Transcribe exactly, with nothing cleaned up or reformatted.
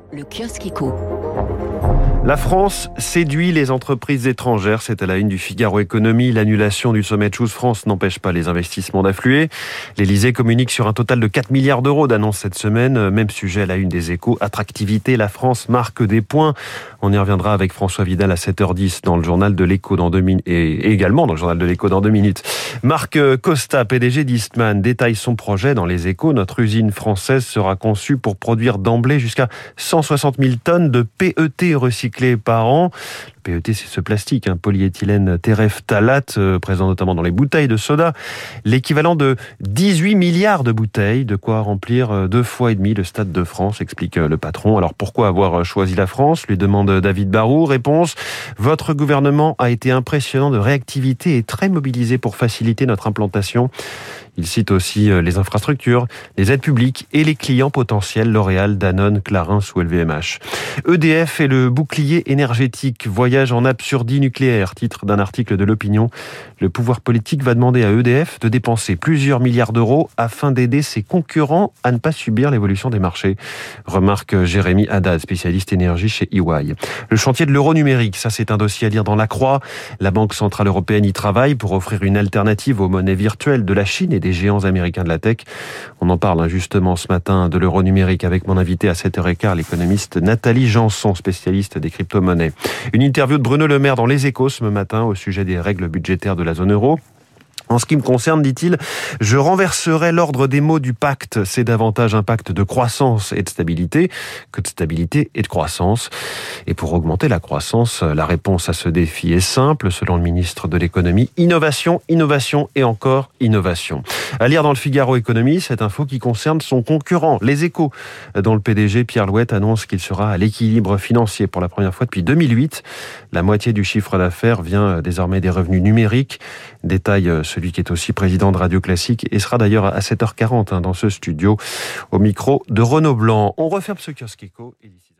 Le kiosque éco. La France séduit les entreprises étrangères. C'est à la une du Figaro Économie. L'annulation du sommet Choose France n'empêche pas les investissements d'affluer. L'Élysée communique sur un total de quatre milliards d'euros d'annonces cette semaine. Même sujet à la une des Échos. Attractivité, la France marque des points. On y reviendra avec François Vidal à sept heures dix dans le journal de l'Écho dans deux minutes et également dans le journal de l'Écho dans deux minutes. Marc Costa, P D G d'Eastman, détaille son projet dans les Échos. Notre usine française sera conçue pour produire d'emblée jusqu'à cent soixante mille tonnes de P E T recyclés par an. Le P E T, c'est ce plastique, un polyéthylène terephthalate, euh, présent notamment dans les bouteilles de soda. L'équivalent de dix-huit milliards de bouteilles, de quoi remplir euh, deux fois et demi le Stade de France, explique euh, le patron. Alors pourquoi avoir choisi la France, lui demande David Barrou. Réponse: votre gouvernement a été impressionnant de réactivité et très mobilisé pour faciliter notre implantation. Il cite aussi les infrastructures, les aides publiques et les clients potentiels, L'Oréal, Danone, Clarins ou L V M H. E D F et le bouclier énergétique, voyage en absurdie nucléaire, titre d'un article de l'Opinion. Le pouvoir politique va demander à E D F de dépenser plusieurs milliards d'euros afin d'aider ses concurrents à ne pas subir l'évolution des marchés. Remarque Jérémy Haddad, spécialiste énergie chez E Y. Le chantier de l'euro numérique, ça c'est un dossier à lire dans La Croix. La Banque centrale européenne y travaille pour offrir une alternative aux monnaies virtuelles de la Chine et des géants américains de la tech. On en parle justement ce matin de l'euro numérique avec mon invité à sept heures quinze, l'économiste Nathalie Janson, spécialiste des crypto-monnaies. Une interview de Bruno Le Maire dans Les Échos ce matin au sujet des règles budgétaires de la zone euro. En ce qui me concerne, dit-il, je renverserai l'ordre des mots du pacte. C'est davantage un pacte de croissance et de stabilité que de stabilité et de croissance. Et pour augmenter la croissance, la réponse à ce défi est simple, selon le ministre de l'économie. Innovation, innovation et encore innovation. À lire dans le Figaro Économie, cette info qui concerne son concurrent, Les Échos, dont le P D G Pierre Louette annonce qu'il sera à l'équilibre financier pour la première fois depuis deux mille huit. La moitié du chiffre d'affaires vient désormais des revenus numériques. Détail celui qui est aussi président de Radio Classique et sera d'ailleurs à sept heures quarante hein, dans ce studio au micro de Renaud Blanc. On referme ce kiosque éco et d'ici